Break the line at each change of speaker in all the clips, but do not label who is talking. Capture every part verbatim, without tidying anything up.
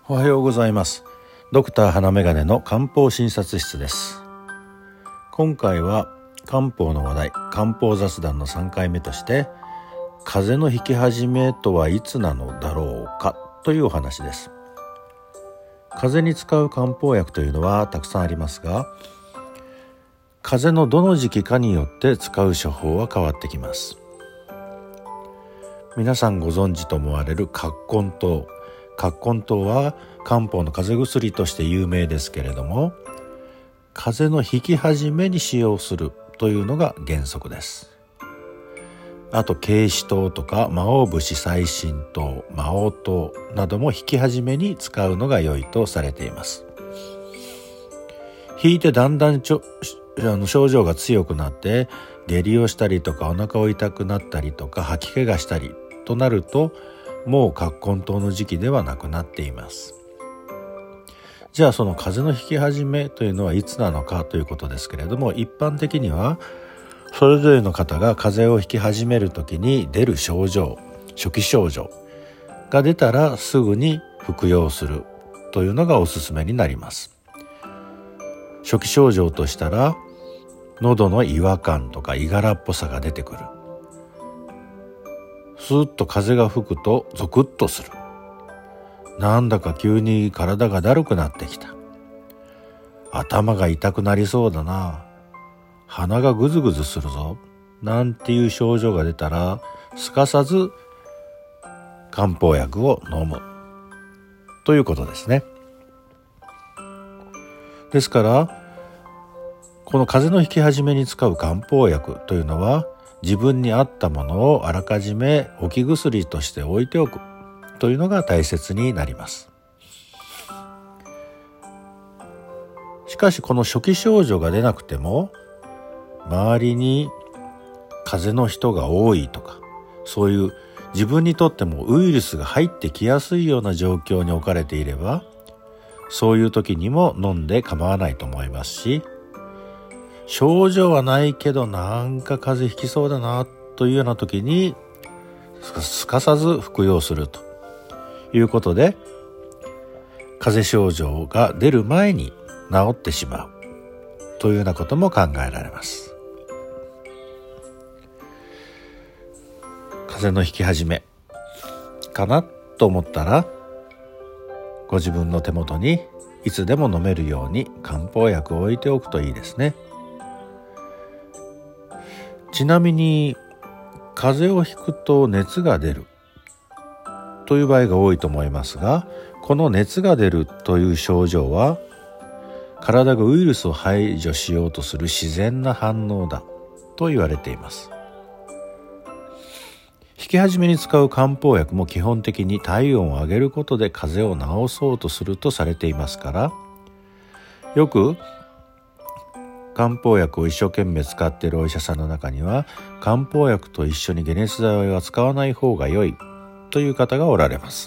おはようございます。ドクター花眼鏡の漢方診察室です。今回は漢方の話題、漢方雑談のさんかいめとして、風邪のひき始めとはいつなのだろうかというお話です。風邪に使う漢方薬というのはたくさんありますが、風邪のどの時期かによって使う処方は変わってきます。皆さんご存知と思われる葛根湯。葛根湯は漢方の風邪薬として有名ですけれども、風邪のひき始めに使用するというのが原則です。あと桂枝湯とか魔王節最新湯、魔王湯などもひき始めに使うのが良いとされています。引いてだんだんちょあの症状が強くなって下痢をしたりとかお腹を痛くなったりとか吐き気がしたりとなると、もう葛根湯の時期ではなくなっています。じゃあその風邪のひき始めというのはいつなのかということですけれども、一般的にはそれぞれの方が風邪をひき始めるときに出る症状、初期症状が出たらすぐに服用するというのがおすすめになります。初期症状としたら、喉の違和感とかいがらっぽさが出てくる。スーッと風が吹くとゾクッとする。なんだか急に体がだるくなってきた。頭が痛くなりそうだな。鼻がぐずぐずするぞ。なんていう症状が出たら、すかさず漢方薬を飲むということですね。ですからこの風邪のひき始めに使う漢方薬というのは、自分に合ったものをあらかじめ置き薬として置いておくというのが大切になります。しかしこの初期症状が出なくても、周りに風邪の人が多いとか、そういう自分にとってもウイルスが入ってきやすいような状況に置かれていれば、そういう時にも飲んで構わないと思いますし、症状はないけどなんか風邪ひきそうだなというような時にすかさず服用するということで、風邪症状が出る前に治ってしまうというようなことも考えられます。風邪のひき始めかなと思ったら、ご自分の手元にいつでも飲めるように漢方薬を置いておくといいですね。ちなみに風邪をひくと熱が出るという場合が多いと思いますが、この熱が出るという症状は体がウイルスを排除しようとする自然な反応だと言われています。ひき始めに使う漢方薬も基本的に体温を上げることで風邪を治そうとするとされていますから、よく漢方薬を一生懸命使っているお医者さんの中には、漢方薬と一緒に解熱剤は使わない方が良いという方がおられます。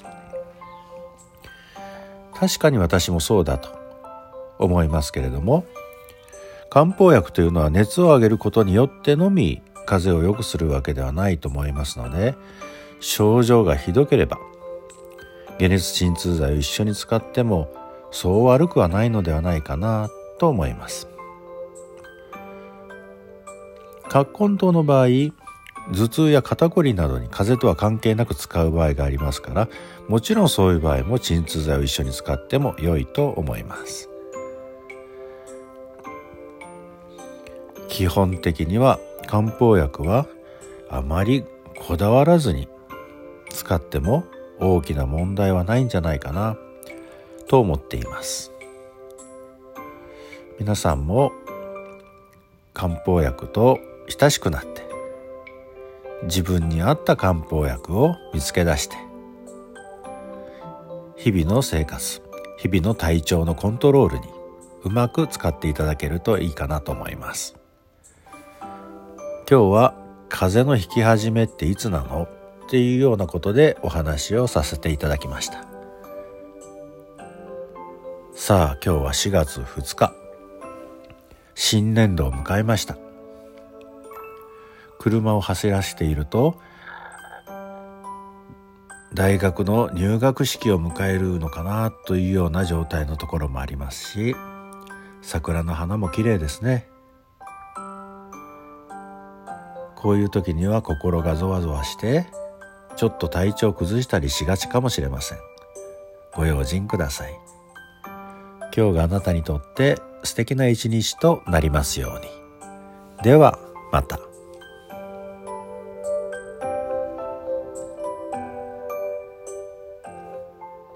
確かに私もそうだと思いますけれども、漢方薬というのは熱を上げることによってのみ風邪を良くするわけではないと思いますので、症状がひどければ解熱鎮痛剤を一緒に使ってもそう悪くはないのではないかなと思います。葛根湯の場合、頭痛や肩こりなどに風邪とは関係なく使う場合がありますから、もちろんそういう場合も鎮痛剤を一緒に使っても良いと思います。基本的には漢方薬はあまりこだわらずに使っても大きな問題はないんじゃないかなと思っています。皆さんも漢方薬と親しくなって、自分に合った漢方薬を見つけ出して、日々の生活、日々の体調のコントロールにうまく使っていただけるといいかなと思います。今日は風邪のひき始めっていつなのっていうようなことでお話をさせていただきました。さあ今日はしがつふつか、新年度を迎えました。車を走らせていると、 大学の入学式を迎えるのかなというような状態のところもありますし、桜の花も綺麗ですね。こういう時には心がゾワゾワしてちょっと体調を崩したりしがちかもしれません。ご用心ください。今日があなたにとって素敵な一日となりますように。ではまた。